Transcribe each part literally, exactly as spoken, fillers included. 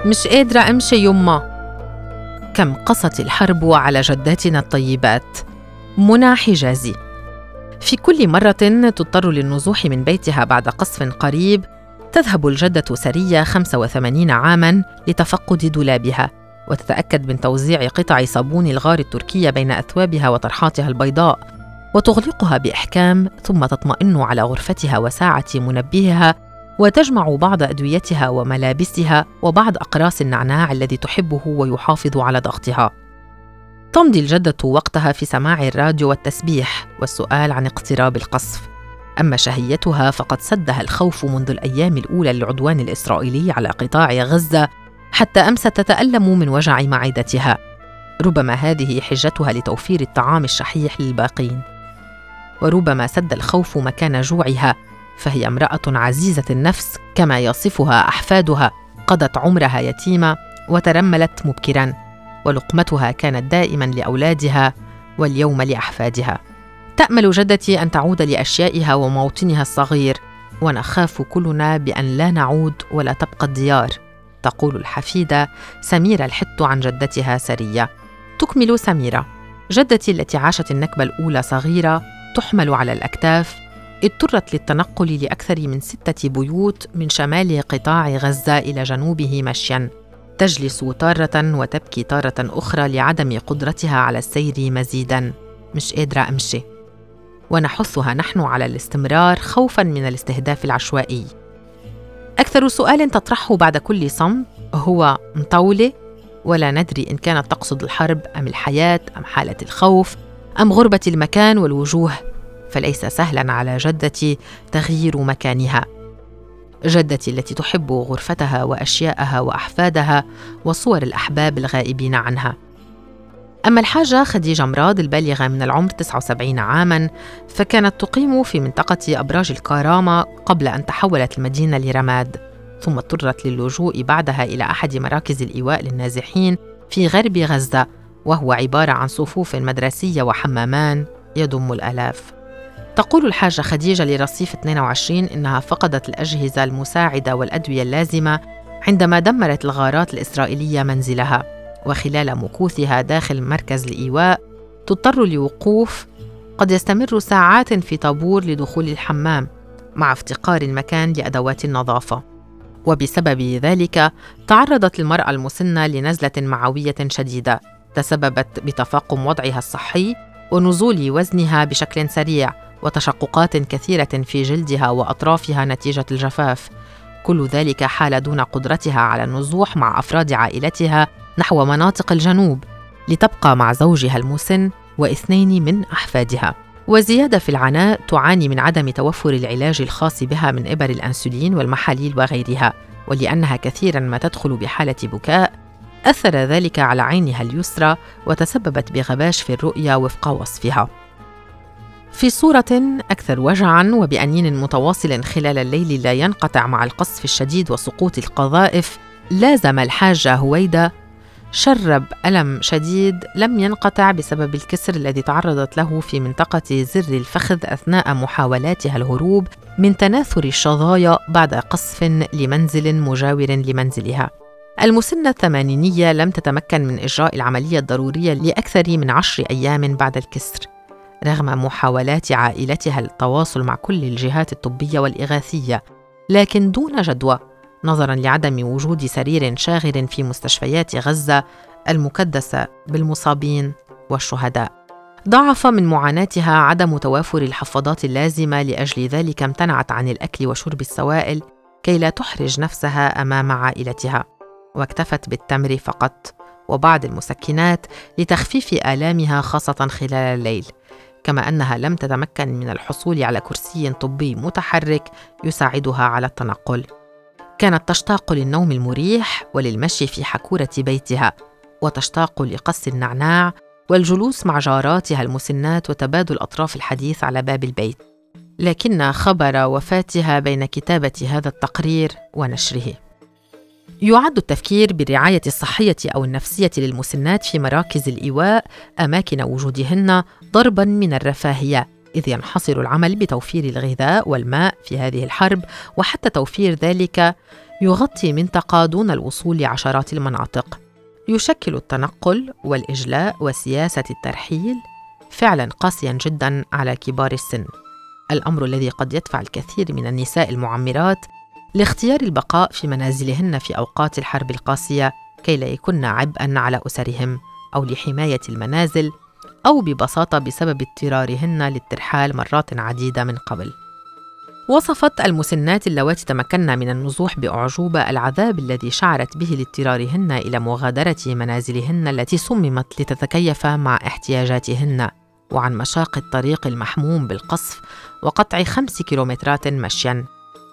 مش قادرة أمشي يما. كم قست الحرب على جداتنا الطيبات. منى حجازي. في كل مرة تضطر للنزوح من بيتها بعد قصف قريب، تذهب الجدة سرية خمسة وثمانين عاماً لتفقد دولابها، وتتأكد من توزيع قطع صابون الغار التركية بين أثوابها وطرحاتها البيضاء، وتغلقها بإحكام، ثم تطمئن على غرفتها وساعة منبهها، وتجمع بعض أدويتها وملابسها وبعض أقراص النعناع الذي تحبه ويحافظ على ضغطها. تمضي الجدة وقتها في سماع الراديو والتسبيح والسؤال عن اقتراب القصف. أما شهيتها فقد سدها الخوف منذ الأيام الأولى للعدوان الإسرائيلي على قطاع غزة، حتى أمست تتألم من وجع معدتها. ربما هذه حجتها لتوفير الطعام الشحيح للباقين، وربما سد الخوف مكان جوعها، فهي امرأة عزيزة النفس كما يصفها أحفادها، قضت عمرها يتيمة وترملت مبكراً، ولقمتها كانت دائماً لأولادها واليوم لأحفادها. تأمل جدتي أن تعود لأشيائها وموطنها الصغير، ونخاف كلنا بأن لا نعود ولا تبقى الديار، تقول الحفيدة سميرة الحت عن جدتها سرية. تكمل سميرة: جدتي التي عاشت النكبة الأولى صغيرة تحمل على الأكتاف، اضطرت للتنقل لأكثر من ستة بيوت من شمال قطاع غزة إلى جنوبه مشياً، تجلس تارة وتبكي تارة أخرى لعدم قدرتها على السير مزيداً. مش قادرة أمشي. ونحثها نحن على الاستمرار خوفاً من الاستهداف العشوائي. أكثر سؤال تطرحه بعد كل صمت هو: مطولة؟ ولا ندري إن كانت تقصد الحرب أم الحياة أم حالة الخوف أم غربة المكان والوجوه، فليس سهلاً على جدتي تغيير مكانها. جدتي التي تحب غرفتها وأشياءها وأحفادها وصور الأحباب الغائبين عنها. أما الحاجة خديجة مراد البالغة من العمر تسعة وسبعين عاماً، فكانت تقيم في منطقة أبراج الكرامة قبل أن تحولت المدينة لرماد، ثم اضطرت للجوء بعدها إلى أحد مراكز الإيواء للنازحين في غرب غزة، وهو عبارة عن صفوف مدرسية وحمامان يضم الآلاف. تقول الحاجة خديجة لرصيف اثنين وعشرين إنها فقدت الأجهزة المساعدة والأدوية اللازمة عندما دمرت الغارات الإسرائيلية منزلها، وخلال مكوثها داخل مركز الإيواء تضطر لوقوف قد يستمر ساعات في طابور لدخول الحمام، مع افتقار المكان لأدوات النظافة. وبسبب ذلك تعرضت المرأة المسنة لنزلة معوية شديدة تسببت بتفاقم وضعها الصحي ونزول وزنها بشكل سريع، وتشققات كثيرة في جلدها وأطرافها نتيجة الجفاف. كل ذلك حال دون قدرتها على النزوح مع أفراد عائلتها نحو مناطق الجنوب لتبقى مع زوجها المسن واثنين من أحفادها. وزيادة في العناء تعاني من عدم توفر العلاج الخاص بها من إبر الأنسولين والمحاليل وغيرها، ولأنها كثيراً ما تدخل بحالة بكاء أثر ذلك على عينها اليسرى وتسببت بغباش في الرؤية وفق وصفها. في صورة أكثر وجعاً وبأنين متواصل خلال الليل لا ينقطع مع القصف الشديد وسقوط القذائف، لازم الحاجة هويدا شرب ألم شديد لم ينقطع بسبب الكسر الذي تعرضت له في منطقة زر الفخذ أثناء محاولاتها الهروب من تناثر الشظايا بعد قصف لمنزل مجاور لمنزلها. المسنة الثمانينية لم تتمكن من إجراء العملية الضرورية لأكثر من عشر أيام بعد الكسر، رغم محاولات عائلتها التواصل مع كل الجهات الطبية والإغاثية، لكن دون جدوى نظراً لعدم وجود سرير شاغر في مستشفيات غزة المكدسة بالمصابين والشهداء. ضعف من معاناتها عدم توافر الحفاضات اللازمة، لأجل ذلك امتنعت عن الأكل وشرب السوائل كي لا تحرج نفسها أمام عائلتها، واكتفت بالتمر فقط وبعض المسكنات لتخفيف آلامها خاصة خلال الليل، كما أنها لم تتمكن من الحصول على كرسي طبي متحرك يساعدها على التنقل. كانت تشتاق للنوم المريح وللمشي في حكورة بيتها، وتشتاق لقص النعناع والجلوس مع جاراتها المسنات وتبادل أطراف الحديث على باب البيت. لكن خبر وفاتها بين كتابة هذا التقرير ونشره. يعد التفكير بالرعاية الصحية أو النفسية للمسنات في مراكز الإيواء أماكن وجودهن ضرباً من الرفاهية، إذ ينحصر العمل بتوفير الغذاء والماء في هذه الحرب، وحتى توفير ذلك يغطي منطقة دون الوصول لعشرات المناطق. يشكل التنقل والإجلاء وسياسة الترحيل فعلاً قاسياً جداً على كبار السن، الأمر الذي قد يدفع الكثير من النساء المعمرات لاختيار البقاء في منازلهن في أوقات الحرب القاسية كي لا يكن عبئاً على أسرهم، أو لحماية المنازل، أو ببساطة بسبب اضطرارهن للترحال مرات عديدة من قبل. وصفت المسنات اللواتي تمكن من النزوح بأعجوبة العذاب الذي شعرت به لاضطرارهن إلى مغادرة منازلهن التي صممت لتتكيف مع احتياجاتهن، وعن مشاق الطريق المحموم بالقصف وقطع خمس كيلومترات مشياً.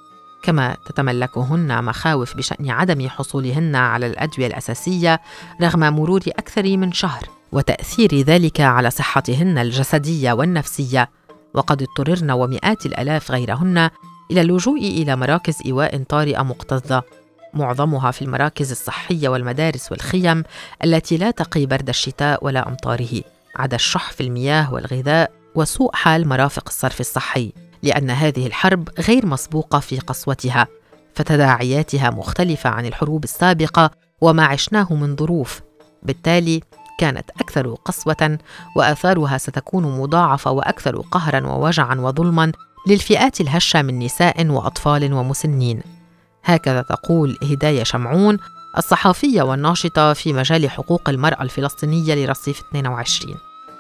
كما تتملكهن مخاوف بشأن عدم حصولهن على الأدوية الأساسية رغم مرور أكثر من شهر، وتأثير ذلك على صحتهن الجسدية والنفسية، وقد اضطررن ومئات الآلاف غيرهن إلى اللجوء إلى مراكز إيواء طارئة مكتظة، معظمها في المراكز الصحية والمدارس والخيم التي لا تقي برد الشتاء ولا أمطاره، عدا الشح في المياه والغذاء وسوء حال مرافق الصرف الصحي، لأن هذه الحرب غير مسبوقة في قسوتها، فتداعياتها مختلفة عن الحروب السابقة وما عشناه من ظروف، بالتالي كانت أكثر قسوة، وآثارها ستكون مضاعفة وأكثر قهراً ووجعاً وظلماً للفئات الهشة من نساء وأطفال ومسنين. هكذا تقول هداية شمعون، الصحفية والناشطة في مجال حقوق المرأة الفلسطينية لرصيف اثنين وعشرين،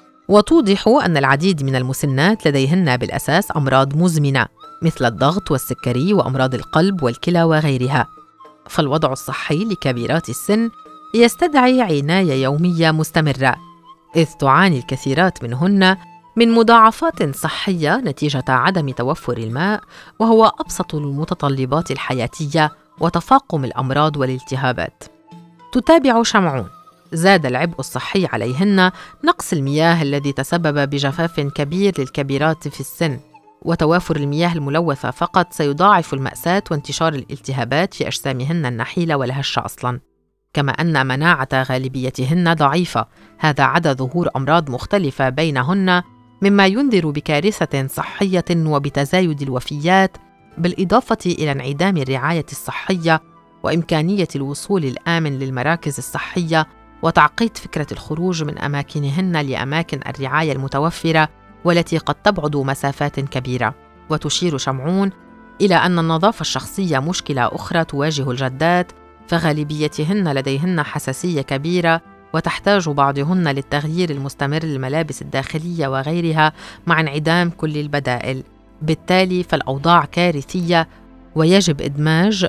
وتوضح أن العديد من المسنات لديهن بالأساس أمراض مزمنة مثل الضغط والسكري وأمراض القلب والكلى وغيرها، فالوضع الصحي لكبيرات السن يستدعي عناية يومية مستمرة، إذ تعاني الكثيرات منهن من مضاعفات صحية نتيجة عدم توفر الماء، وهو أبسط المتطلبات الحياتية، وتفاقم الأمراض والالتهابات. تتابع شمعون: زاد العبء الصحي عليهن نقص المياه الذي تسبب بجفاف كبير للكبيرات في السن، وتوافر المياه الملوثة فقط سيضاعف المأساة وانتشار الالتهابات في أجسامهن النحيلة والهشة أصلاً، كما أن مناعة غالبيتهن ضعيفة، هذا عدا ظهور أمراض مختلفة بينهن مما ينذر بكارثة صحية وبتزايد الوفيات، بالإضافة إلى انعدام الرعاية الصحية وإمكانية الوصول الآمن للمراكز الصحية، وتعقيد فكرة الخروج من أماكنهن لأماكن الرعاية المتوفرة والتي قد تبعد مسافات كبيرة. وتشير شمعون إلى أن النظافة الشخصية مشكلة أخرى تواجه الجدات، فغالبيتهن لديهن حساسية كبيرة، وتحتاج بعضهن للتغيير المستمر للملابس الداخلية وغيرها مع انعدام كل البدائل، بالتالي فالأوضاع كارثية، ويجب إدماج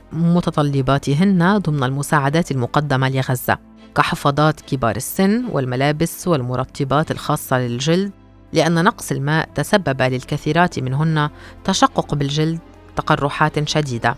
متطلباتهن ضمن المساعدات المقدمة لغزة كحفاضات كبار السن والملابس والمرطبات الخاصة للجلد، لأن نقص الماء تسبب للكثيرات منهن تشقق بالجلد، تقرحات شديدة.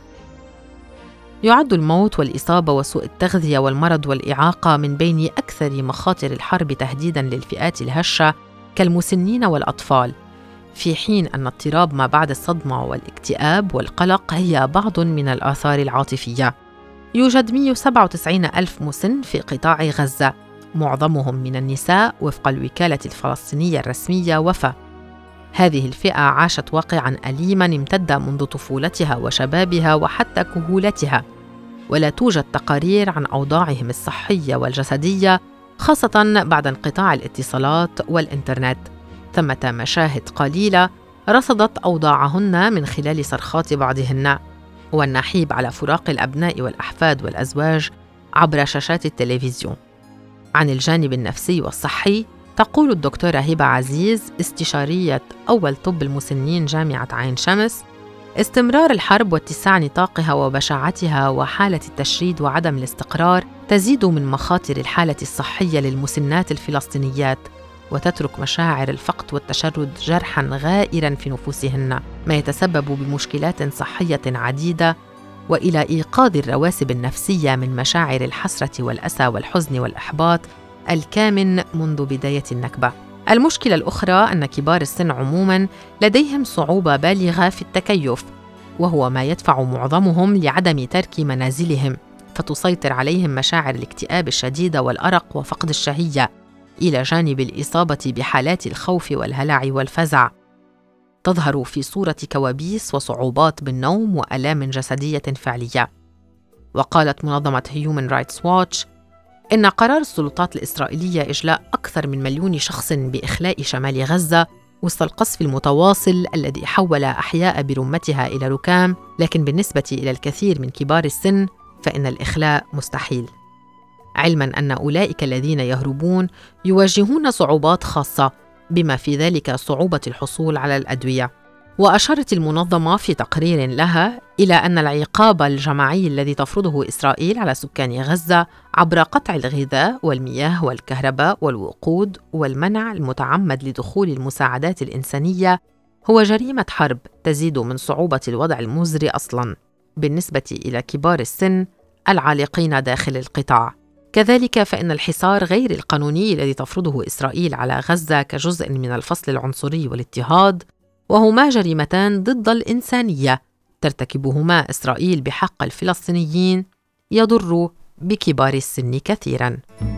يعد الموت والإصابة وسوء التغذية والمرض والإعاقة من بين أكثر مخاطر الحرب تهديداً للفئات الهشة كالمسنين والأطفال، في حين أن اضطراب ما بعد الصدمة والاكتئاب والقلق هي بعض من الآثار العاطفية. يوجد مئة وسبعة وتسعين ألف مسن في قطاع غزة، معظمهم من النساء وفق الوكالة الفلسطينية الرسمية وفا. هذه الفئة عاشت واقعاً أليماً امتد منذ طفولتها وشبابها وحتى كهولتها، ولا توجد تقارير عن أوضاعهم الصحية والجسدية، خاصة بعد انقطاع الاتصالات والإنترنت. ثمة مشاهد قليلة رصدت أوضاعهن من خلال صرخات بعضهن، والنحيب على فراق الأبناء والأحفاد والأزواج عبر شاشات التلفزيون. عن الجانب النفسي والصحي تقول الدكتورة هبة عزيز، استشارية أول طب المسنين جامعة عين شمس: استمرار الحرب واتساع نطاقها وبشاعتها وحالة التشريد وعدم الاستقرار تزيد من مخاطر الحالة الصحية للمسنات الفلسطينيات، وتترك مشاعر الفقد والتشرد جرحاً غائراً في نفوسهن، ما يتسبب بمشكلات صحية عديدة، وإلى إيقاظ الرواسب النفسية من مشاعر الحسرة والأسى والحزن والإحباط الكامن منذ بداية النكبة. المشكلة الأخرى أن كبار السن عموماً لديهم صعوبة بالغة في التكيف، وهو ما يدفع معظمهم لعدم ترك منازلهم، فتسيطر عليهم مشاعر الاكتئاب الشديدة والأرق وفقد الشهية، إلى جانب الإصابة بحالات الخوف والهلع والفزع، تظهر في صورة كوابيس وصعوبات بالنوم وآلام جسدية فعلية. وقالت منظمة هيومن رايتس واتش إن قرار السلطات الإسرائيلية إجلاء أكثر من مليون شخص بإخلاء شمال غزة وسط القصف المتواصل الذي حول أحياء برمتها إلى ركام، لكن بالنسبة إلى الكثير من كبار السن فإن الإخلاء مستحيل، علماً أن أولئك الذين يهربون يواجهون صعوبات خاصة بما في ذلك صعوبة الحصول على الأدوية. وأشارت المنظمة في تقرير لها إلى أن العقاب الجماعي الذي تفرضه إسرائيل على سكان غزة عبر قطع الغذاء والمياه والكهرباء والوقود والمنع المتعمد لدخول المساعدات الإنسانية هو جريمة حرب تزيد من صعوبة الوضع المزري أصلاً بالنسبة إلى كبار السن العالقين داخل القطاع. كذلك فإن الحصار غير القانوني الذي تفرضه إسرائيل على غزة كجزء من الفصل العنصري والاضطهاد، وهما جريمتان ضد الإنسانية ترتكبهما إسرائيل بحق الفلسطينيين، يضر بكبار السن كثيراً.